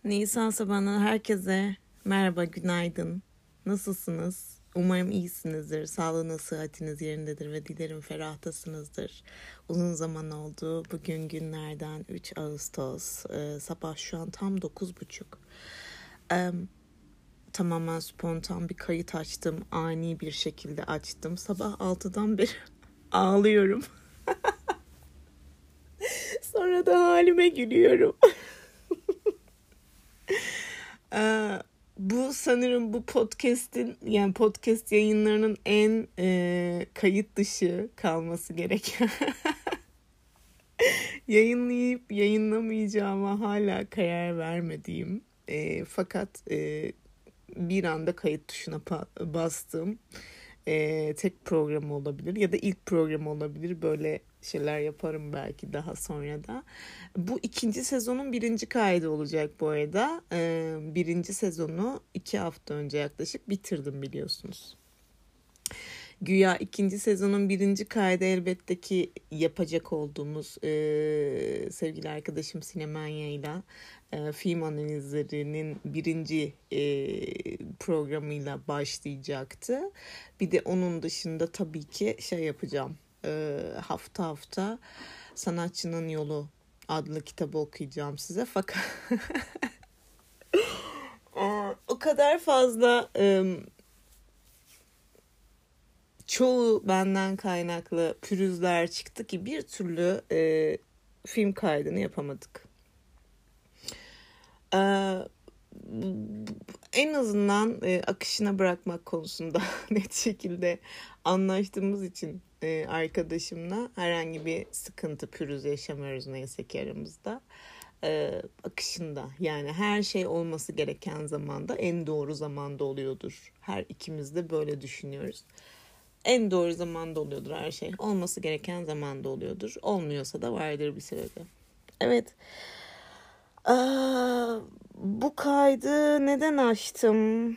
Nisan sabahından herkese merhaba, günaydın. Nasılsınız? Umarım iyisinizdir. Sağlığınız, sıhhatiniz yerindedir ve dilerim ferahtasınızdır. Uzun zaman oldu. Bugün günlerden 3 Ağustos. Sabah şu an tam 9.30. Tamamen spontan bir kayıt açtım. Ani bir şekilde açtım. Sabah 6'dan beri ağlıyorum. Sonra da halime gülüyorum. Bu sanırım bu podcast'in yani podcast yayınlarının en kayıt dışı kalması gereken. Yayınlayıp yayınlamayacağıma hala karar vermediğim. Fakat bir anda kayıt tuşuna bastım. Tek program olabilir ya da ilk program olabilir. Böyle şeyler yaparım belki daha sonra da. Bu ikinci sezonun birinci kaydı olacak bu arada. Birinci sezonu 2 hafta önce yaklaşık bitirdim biliyorsunuz. Güya ikinci sezonun birinci kaydı elbette ki yapacak olduğumuz sevgili arkadaşım Sinemanya ile film analizlerinin birinci programıyla başlayacaktı. Bir de onun dışında tabii ki şey yapacağım. Hafta hafta Sanatçının Yolu adlı kitabı okuyacağım size. Fakat o kadar fazla çoğu benden kaynaklı pürüzler çıktı ki bir türlü film kaydını yapamadık. En azından akışına bırakmak konusunda net şekilde anlaştığımız için arkadaşımla herhangi bir sıkıntı, pürüz yaşamıyoruz neyse ki aramızda. Akışında, yani her şey olması gereken zamanda, en doğru zamanda oluyordur. Her ikimiz de böyle düşünüyoruz. En doğru zamanda oluyordur her şey. Olması gereken zamanda oluyordur. Olmuyorsa da vardır bir sebebi. Evet. Bu kaydı neden açtım?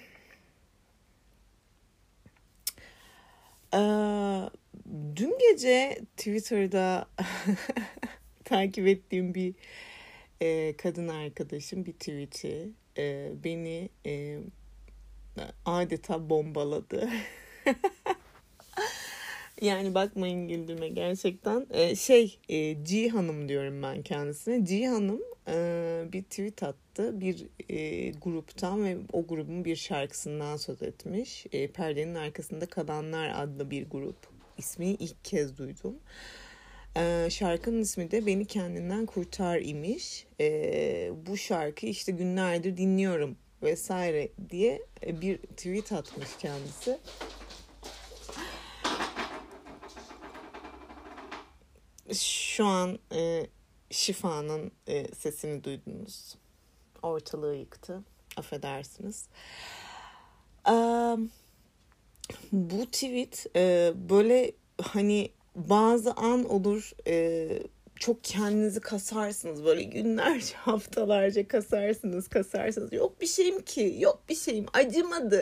Dün gece Twitter'da takip ettiğim bir kadın arkadaşım bir tweet'i beni adeta bombaladı. Yani bakmayın güldüğüme gerçekten. G Hanım diyorum ben kendisine. G Hanım bir tweet attı. Bir gruptan ve o grubun bir şarkısından söz etmiş. Perdenin Arkasında Kalanlar adlı bir grup. İsmini ilk kez duydum. Şarkının ismi de Beni Kendinden Kurtar imiş. Bu şarkı işte günlerdir dinliyorum vesaire diye bir tweet atmış kendisi. Şu an Şifa'nın sesini duydunuz. Ortalığı yıktı. Affedersiniz. Bu tweet böyle hani bazı an olur çok kendinizi kasarsınız. Böyle günlerce, haftalarca kasarsınız. Yok bir şeyim ki, yok bir şeyim. Acımadı.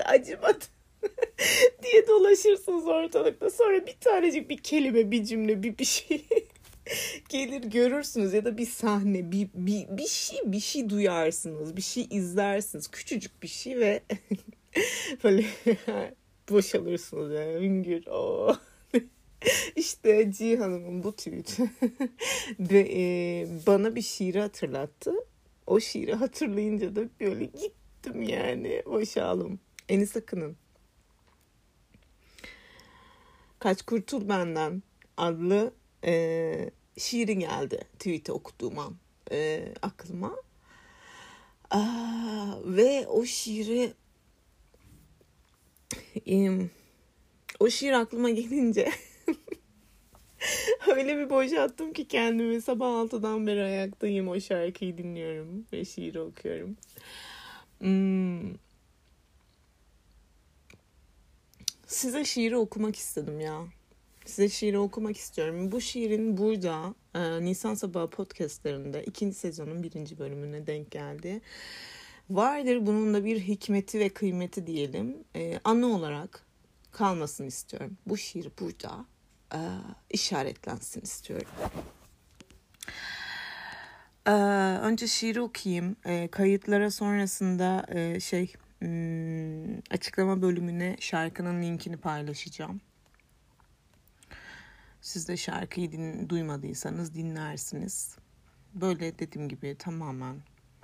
diye dolaşırsınız ortalıkta. Sonra bir tanecik bir kelime, bir cümle, bir şey gelir görürsünüz ya da bir sahne, bir şey duyarsınız, bir şey izlersiniz, küçücük bir şey ve böyle boşalırsınız yani hüngür. İşte G Hanım'ın bu tweet ve bana bir şiiri hatırlattı. O şiiri hatırlayınca da böyle gittim yani boşalım. Enis Akın'ın Kaç Kurtul Benden adlı şiiri geldi tweet'i okuduğum an aklıma. Ve o şiir aklıma gelince öyle bir boşalttım ki kendimi. Sabah 6'dan beri ayaktayım, o şarkıyı dinliyorum ve şiiri okuyorum. Size şiiri okumak istedim ya. Size şiiri okumak istiyorum. Bu şiirin burada Nisan Sabahı podcastlarında 2. sezonun 1. bölümüne denk geldi. Vardır bunun da bir hikmeti ve kıymeti diyelim. Anı olarak kalmasını istiyorum. Bu şiir burada işaretlensin istiyorum. Önce şiiri okuyayım. Kayıtlara sonrasında açıklama bölümüne şarkının linkini paylaşacağım. Siz de şarkıyı duymadıysanız dinlersiniz. Böyle dediğim gibi tamamen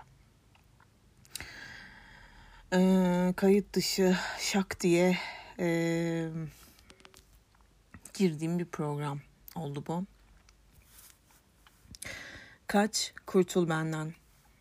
kayıt dışı şak diye girdiğim bir program oldu bu. Kaç, kurtul benden.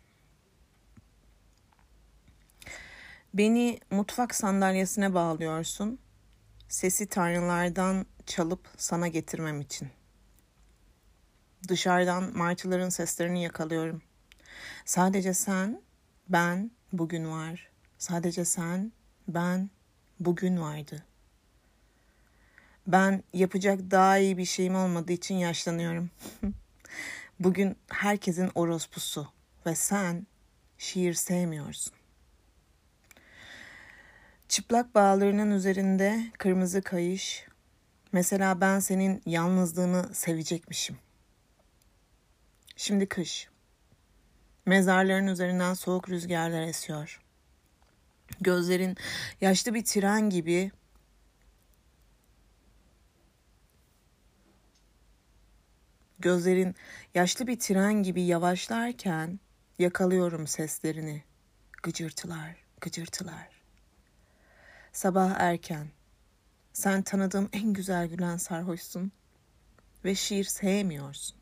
Beni mutfak sandalyesine bağlıyorsun. Sesi tanrılardan çalıp sana getirmem için. Dışarıdan martıların seslerini yakalıyorum. Sadece sen, ben, bugün var. Sadece sen, ben, bugün vardı. Ben yapacak daha iyi bir şeyim olmadığı için yaşlanıyorum. Bugün herkesin orospusu ve sen şiir sevmiyorsun. Çıplak bağlarının üzerinde kırmızı kayış. Mesela ben senin yalnızlığını sevecekmişim. Şimdi kış. Mezarların üzerinden soğuk rüzgarlar esiyor. Gözlerin yaşlı bir tren gibi yavaşlarken yakalıyorum seslerini. Gıcırtılar, gıcırtılar. Sabah erken. Sen tanıdığım en güzel gülen sarhoşsun ve şiir sevmiyorsun.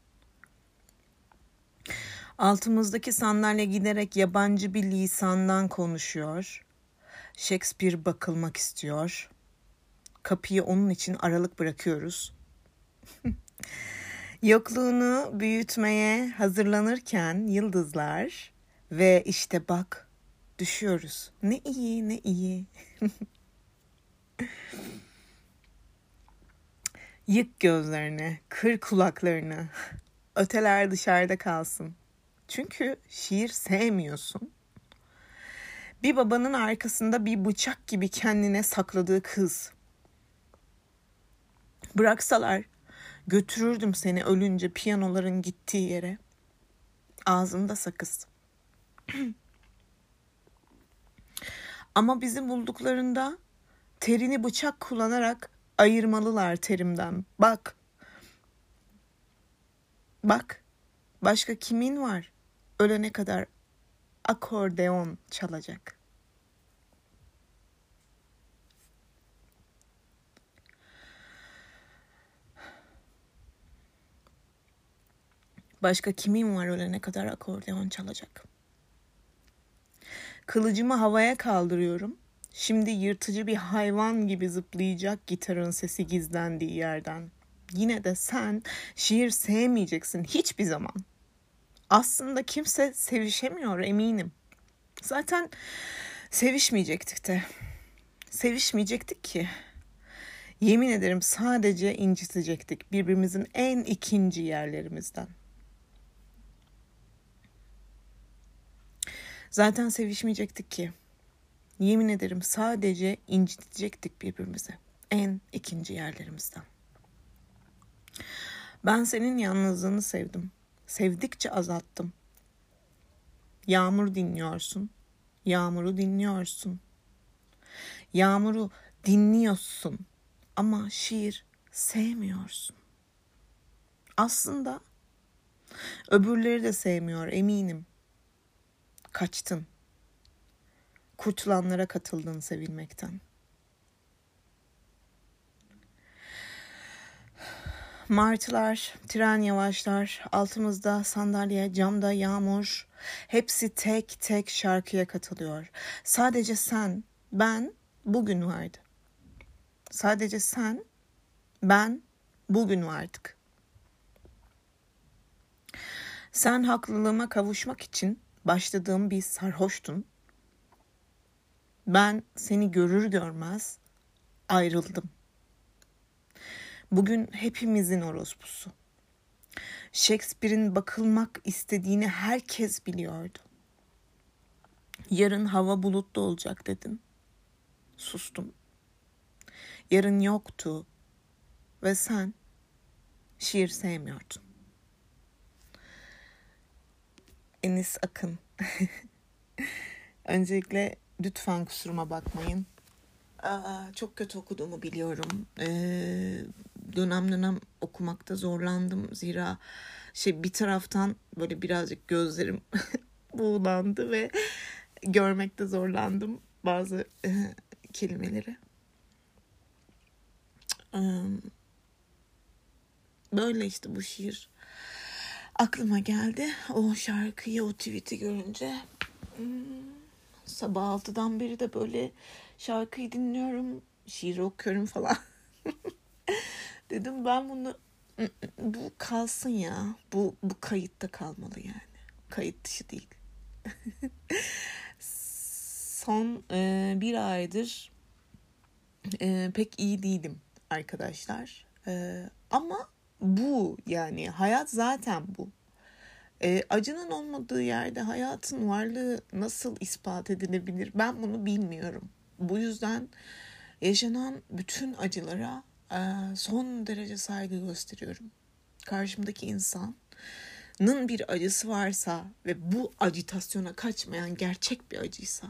Altımızdaki sandalye giderek yabancı bir lisandan konuşuyor. Shakespeare bakılmak istiyor. Kapıyı onun için aralık bırakıyoruz. Yokluğunu büyütmeye hazırlanırken yıldızlar ve işte bak düşüyoruz. Ne iyi, ne iyi. Yık gözlerini, kır kulaklarını. Öteler dışarıda kalsın. Çünkü şiir sevmiyorsun. Bir babanın arkasında bir bıçak gibi kendine sakladığı kız. Bıraksalar götürürdüm seni ölünce piyanoların gittiği yere. Ağzında sakız. Ama bizi bulduklarında terini bıçak kullanarak ayırmalılar terimden. Bak. Bak. Başka kimin var? Ölene kadar akordeon çalacak. Başka kimin var ölene kadar akordeon çalacak? Kılıcımı havaya kaldırıyorum. Şimdi yırtıcı bir hayvan gibi zıplayacak gitarın sesi gizlendiği yerden. Yine de sen şiir sevmeyeceksin hiçbir zaman. Aslında kimse sevişemiyor eminim. Zaten sevişmeyecektik de. Sevişmeyecektik ki. Yemin ederim sadece incitecektik birbirimizin en ikinci yerlerimizden. Zaten sevişmeyecektik ki. Yemin ederim sadece incitecektik birbirimizi. En ikinci yerlerimizden. Ben senin yalnızlığını sevdim. Sevdikçe azalttım. Yağmur dinliyorsun. Yağmuru dinliyorsun. Yağmuru dinliyorsun. Ama şiir sevmiyorsun. Aslında öbürleri de sevmiyor eminim. Kaçtın. Kurtulanlara katıldın sevilmekten. Martılar, tren yavaşlar, altımızda sandalye, camda yağmur. Hepsi tek tek şarkıya katılıyor. Sadece sen, ben, bugün vardı. Sadece sen, ben, bugün vardık. Sen haklılığıma kavuşmak için başladığım bir sarhoştun. Ben seni görür görmez ayrıldım. Bugün hepimizin orospusu. Shakespeare'in bakılmak istediğini herkes biliyordu. Yarın hava bulutlu olacak dedin. Sustum. Yarın yoktu ve sen şiir sevmiyordun. Enis Akın. Öncelikle lütfen kusuruma bakmayın. Çok kötü okuduğumu biliyorum. Dönem dönem okumakta zorlandım. Zira bir taraftan böyle birazcık gözlerim buğulandı ve görmekte zorlandım bazı kelimeleri. Böyle işte bu şiir aklıma geldi. O şarkıyı, o tweet'i görünce sabah 6'dan beri de böyle şarkıyı dinliyorum, şiir okuyorum falan. Dedim ben bunu, bu kalsın ya. Bu kayıtta kalmalı yani. Kayıt dışı değil. Son bir aydır pek iyi değilim arkadaşlar. Ama bu yani hayat zaten bu. Acının olmadığı yerde hayatın varlığı nasıl ispat edilebilir? Ben bunu bilmiyorum. Bu yüzden yaşanan bütün acılara son derece saygı gösteriyorum. Karşımdaki insanın bir acısı varsa ve bu acitasyona kaçmayan gerçek bir acıysa,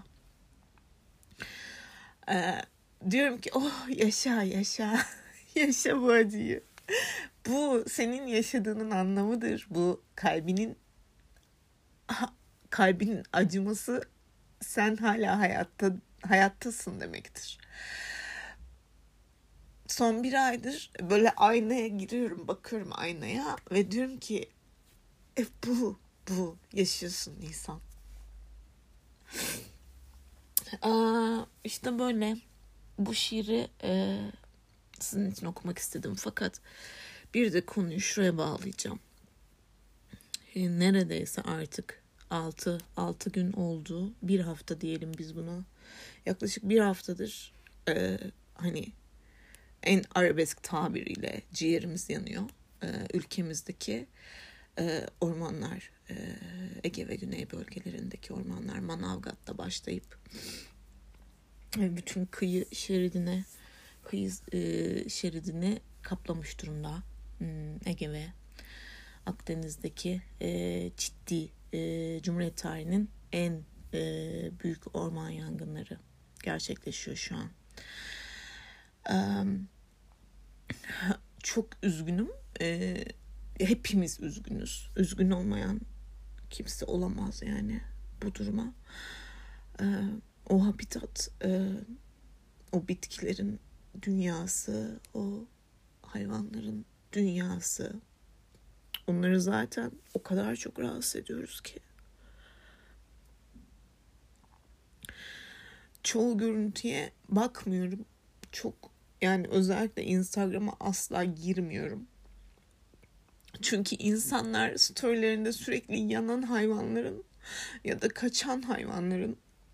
diyorum ki oh yaşa yaşa bu acıyı. Bu senin yaşadığının anlamıdır. Bu kalbinin acıması, sen hala hayattasın demektir. Son bir aydır böyle aynaya giriyorum, bakıyorum aynaya ve diyorum ki bu yaşıyorsun Nisan. İşte böyle bu şiiri sizin için okumak istedim, fakat bir de konuyu şuraya bağlayacağım. Neredeyse artık 6 gün oldu. Bir hafta diyelim biz buna. Yaklaşık bir haftadır hani en arabesk tabiriyle ciğerimiz yanıyor. Ülkemizdeki ormanlar, Ege ve Güney bölgelerindeki ormanlar, Manavgat'ta başlayıp bütün kıyı şeridini kaplamış durumda. Ege ve Akdeniz'deki ciddi Cumhuriyet tarihinin en büyük orman yangınları gerçekleşiyor şu an. Çok üzgünüm. Hepimiz üzgünüz. Üzgün olmayan kimse olamaz yani bu duruma. O habitat, o bitkilerin dünyası, o hayvanların dünyası, onları zaten o kadar çok rahatsız ediyoruz ki. Çoğu görüntüye bakmıyorum. Yani özellikle Instagram'a asla girmiyorum. Çünkü insanlar storylerinde sürekli yanan hayvanların ya da kaçan hayvanların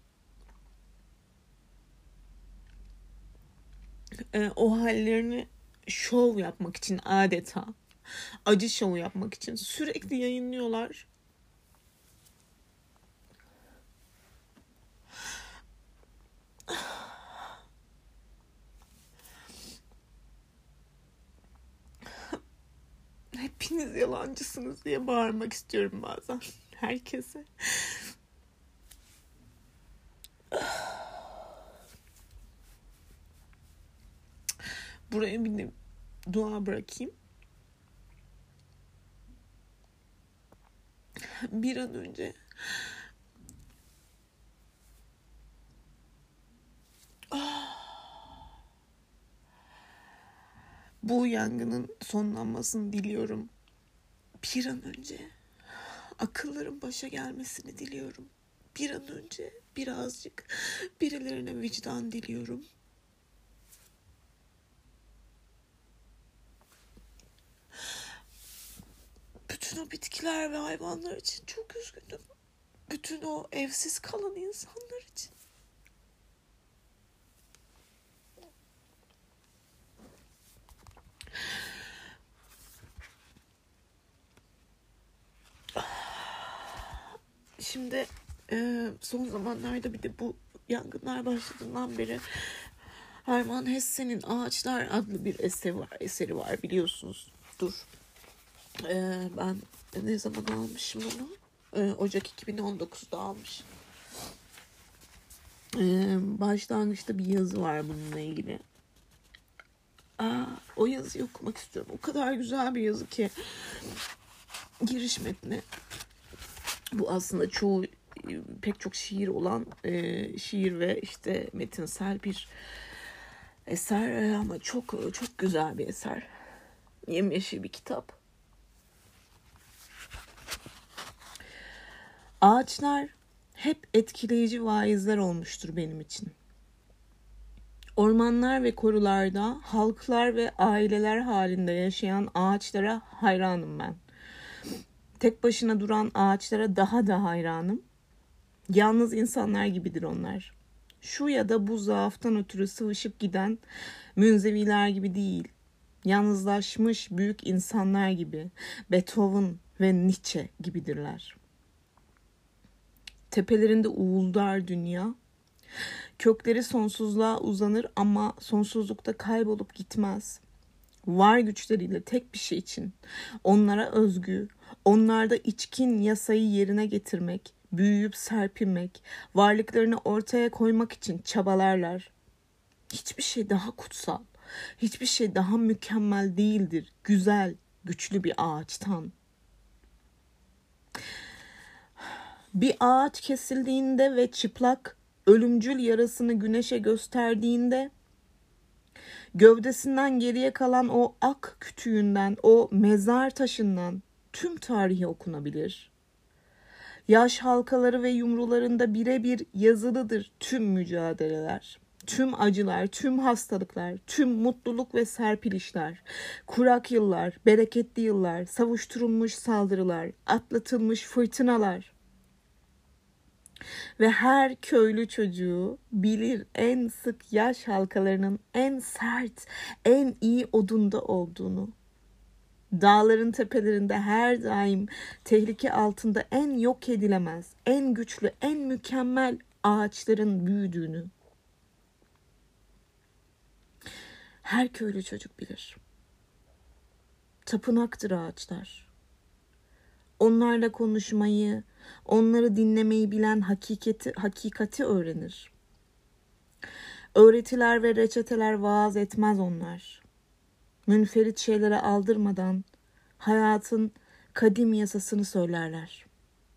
o hallerini şov yapmak için, adeta acı şovu yapmak için sürekli yayınlıyorlar. Hepiniz yalancısınız diye bağırmak istiyorum bazen herkese. Buraya bir dua bırakayım. Bir an önce bu yangının sonlanmasını diliyorum. Bir an önce akılların başa gelmesini diliyorum. Bir an önce birazcık birilerine vicdan diliyorum. Bütün o bitkiler ve hayvanlar için çok üzgünüm. Bütün o evsiz kalan insanlar için. Şimdi son zamanlarda bir de bu yangınlar başladığından beri Hermann Hesse'nin Ağaçlar adlı bir eseri var biliyorsunuz. Ben ne zaman almışım onu? Ocak 2019'da almış. Başlangıçta bir yazı var bununla ilgili. O yazıyı okumak istiyorum. O kadar güzel bir yazı ki. Giriş metni. Bu aslında pek çok şiir olan şiir ve işte metinsel bir eser ama çok çok güzel bir eser. Yemyeşil bir kitap. Ağaçlar hep etkileyici vaizler olmuştur benim için. Ormanlar ve korularda halklar ve aileler halinde yaşayan ağaçlara hayranım ben. Tek başına duran ağaçlara daha da hayranım. Yalnız insanlar gibidir onlar. Şu ya da bu zaaftan ötürü sıvışıp giden münzeviler gibi değil. Yalnızlaşmış büyük insanlar gibi, Beethoven ve Nietzsche gibidirler. Tepelerinde uğuldar dünya. Kökleri sonsuzluğa uzanır ama sonsuzlukta kaybolup gitmez. Var güçleriyle tek bir şey için, onlara özgü, onlarda içkin yasayı yerine getirmek, büyüyüp serpilmek, varlıklarını ortaya koymak için çabalarlar. Hiçbir şey daha kutsal, hiçbir şey daha mükemmel değildir güzel, güçlü bir ağaçtan. Bir ağaç kesildiğinde ve çıplak, ölümcül yarasını güneşe gösterdiğinde, gövdesinden geriye kalan o ak kütüğünden, o mezar taşından tüm tarihi okunabilir. Yaş halkaları ve yumrularında birebir yazılıdır tüm mücadeleler, tüm acılar, tüm hastalıklar, tüm mutluluk ve serpilişler, kurak yıllar, bereketli yıllar, savuşturulmuş saldırılar, atlatılmış fırtınalar. Ve her köylü çocuğu bilir en sık yaş halkalarının en sert, en iyi odunda olduğunu. Dağların tepelerinde her daim tehlike altında en yok edilemez, en güçlü, en mükemmel ağaçların büyüdüğünü. Her köylü çocuk bilir. Tapınaktır ağaçlar. Onlarla konuşmayı, onları dinlemeyi bilen hakikati öğrenir. Öğretiler ve reçeteler vaaz etmez onlar. Münferit şeylere aldırmadan hayatın kadim yasasını söylerler.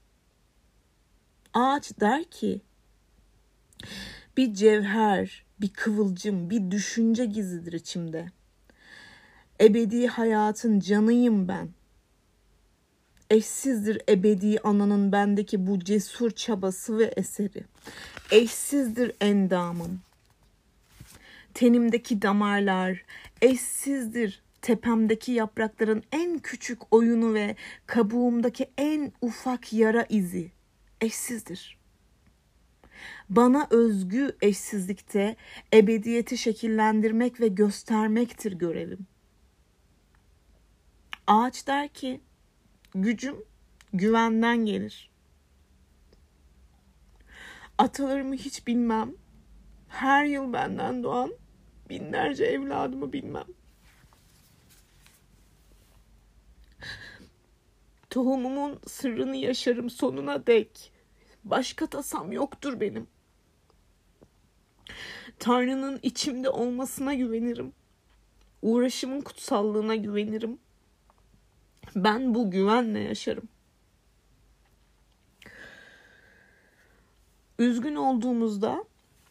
Ağaç der ki, bir cevher, bir kıvılcım, bir düşünce gizlidir içimde. Ebedi hayatın canıyım ben. Eşsizdir ebedi ananın bendeki bu cesur çabası ve eseri. Eşsizdir endamım. Tenimdeki damarlar, eşsizdir tepemdeki yaprakların en küçük oyunu ve kabuğumdaki en ufak yara izi. Eşsizdir. Bana özgü eşsizlikte ebediyeti şekillendirmek ve göstermektir görevim. Ağaç der ki, gücüm güvenden gelir. Atalarımı hiç bilmem. Her yıl benden doğan binlerce evladımı bilmem. Tohumumun sırrını yaşarım sonuna dek. Başka tasam yoktur benim. Tanrı'nın içimde olmasına güvenirim. Uğraşımın kutsallığına güvenirim. Ben bu güvenle yaşarım. Üzgün olduğumuzda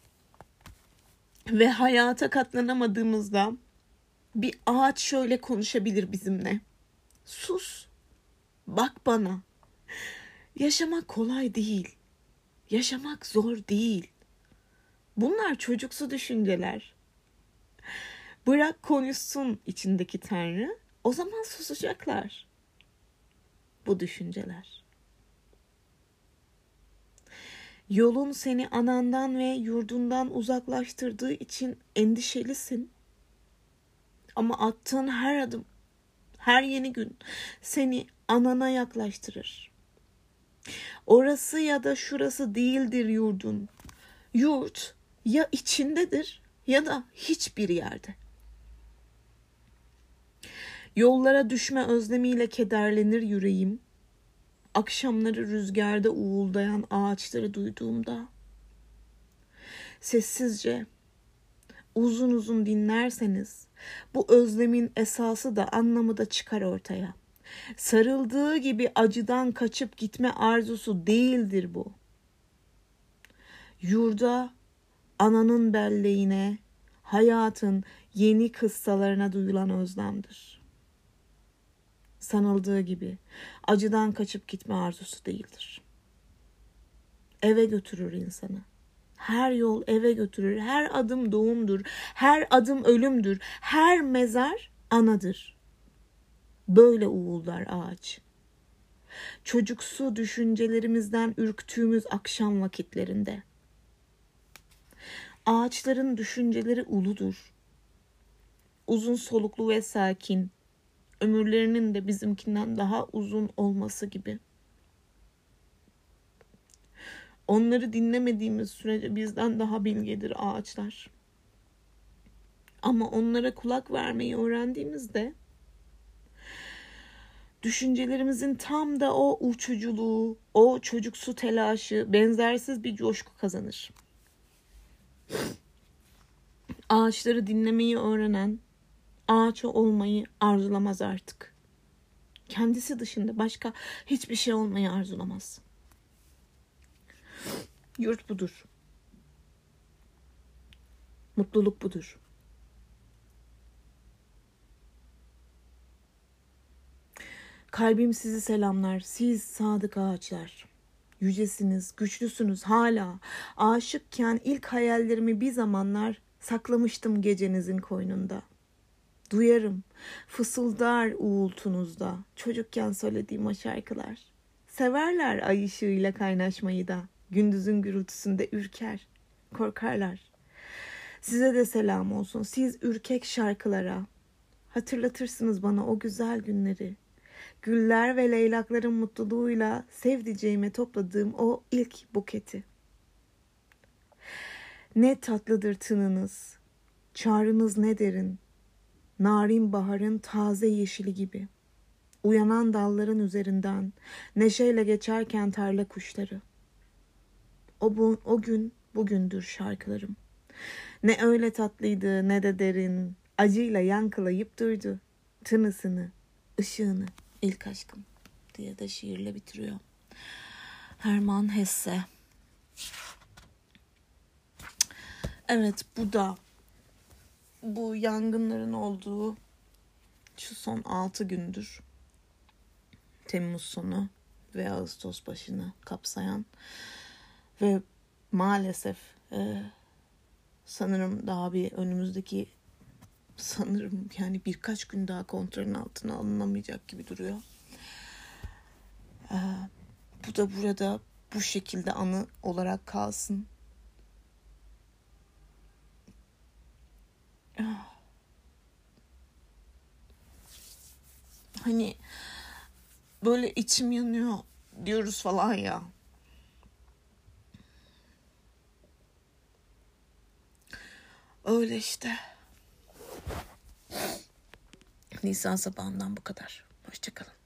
ve hayata katlanamadığımızda bir ağaç şöyle konuşabilir bizimle. Sus, bak bana. Yaşamak kolay değil. Yaşamak zor değil. Bunlar çocuksu düşünceler. Bırak konuşsun içindeki Tanrı, o zaman susacaklar bu düşünceler. Yolun seni anandan ve yurdundan uzaklaştırdığı için endişelisin. Ama attığın her adım, her yeni gün seni anana yaklaştırır. Orası ya da şurası değildir yurdun. Yurt ya içindedir ya da hiçbir yerde. Yollara düşme özlemiyle kederlenir yüreğim. akşamları rüzgarda uğuldayan ağaçları duyduğumda, sessizce, uzun uzun dinlerseniz bu özlemin esası da anlamı da çıkar ortaya. Sarıldığı gibi acıdan kaçıp gitme arzusu değildir bu. Yurda, ananın belleğine, hayatın yeni kıssalarına duyulan özlemdir. Sanıldığı gibi acıdan kaçıp gitme arzusu değildir. Eve götürür insanı. Her yol eve götürür. Her adım doğumdur. Her adım ölümdür. Her mezar anadır. Böyle uğuldar ağaç. Çocuksu düşüncelerimizden ürktüğümüz akşam vakitlerinde. Ağaçların düşünceleri uludur. Uzun soluklu ve sakin. Ömürlerinin de bizimkinden daha uzun olması gibi. Onları dinlemediğimiz sürece bizden daha bilgedir ağaçlar. Ama onlara kulak vermeyi öğrendiğimizde düşüncelerimizin tam da o uçuculuğu, o çocuksu telaşı, benzersiz bir coşku kazanır. Ağaçları dinlemeyi öğrenen, ağaç olmayı arzulamaz artık. Kendisi dışında başka hiçbir şey olmayı arzulamaz. Yurt budur. Mutluluk budur. Kalbim sizi selamlar. Siz sadık ağaçlar. Yücesiniz, güçlüsünüz hala. Aşıkken ilk hayallerimi bir zamanlar saklamıştım gecenizin koynunda. Duyarım, fısıldar uğultunuzda çocukken söylediğim o şarkılar. Severler ay ışığıyla kaynaşmayı da. Gündüzün gürültüsünde ürker, korkarlar. Size de selam olsun. Siz ürkek şarkılara. Hatırlatırsınız bana o güzel günleri. Güller ve leylakların mutluluğuyla sevdiceğime topladığım o ilk buketi. Ne tatlıdır tınınız, çağrınız ne derin, narin baharın taze yeşili gibi. Uyanan dalların üzerinden neşeyle geçerken tarla kuşları. O gün bugündür şarkılarım. Ne öyle tatlıydı ne de derin, acıyla yankılayıp durdu. Tınısını, ışığını, ilk aşkım diye de şiirle bitiriyor Hermann Hesse. Evet, bu yangınların olduğu şu son 6 gündür. Temmuz sonu ve Ağustos başını kapsayan ve maalesef sanırım daha bir önümüzdeki yani birkaç gün daha kontrolün altına alınamayacak gibi duruyor. Bu da burada bu şekilde anı olarak kalsın. Hani böyle içim yanıyor diyoruz falan ya. Öyle işte. Nisan sabahından bu kadar. Hoşça kalın.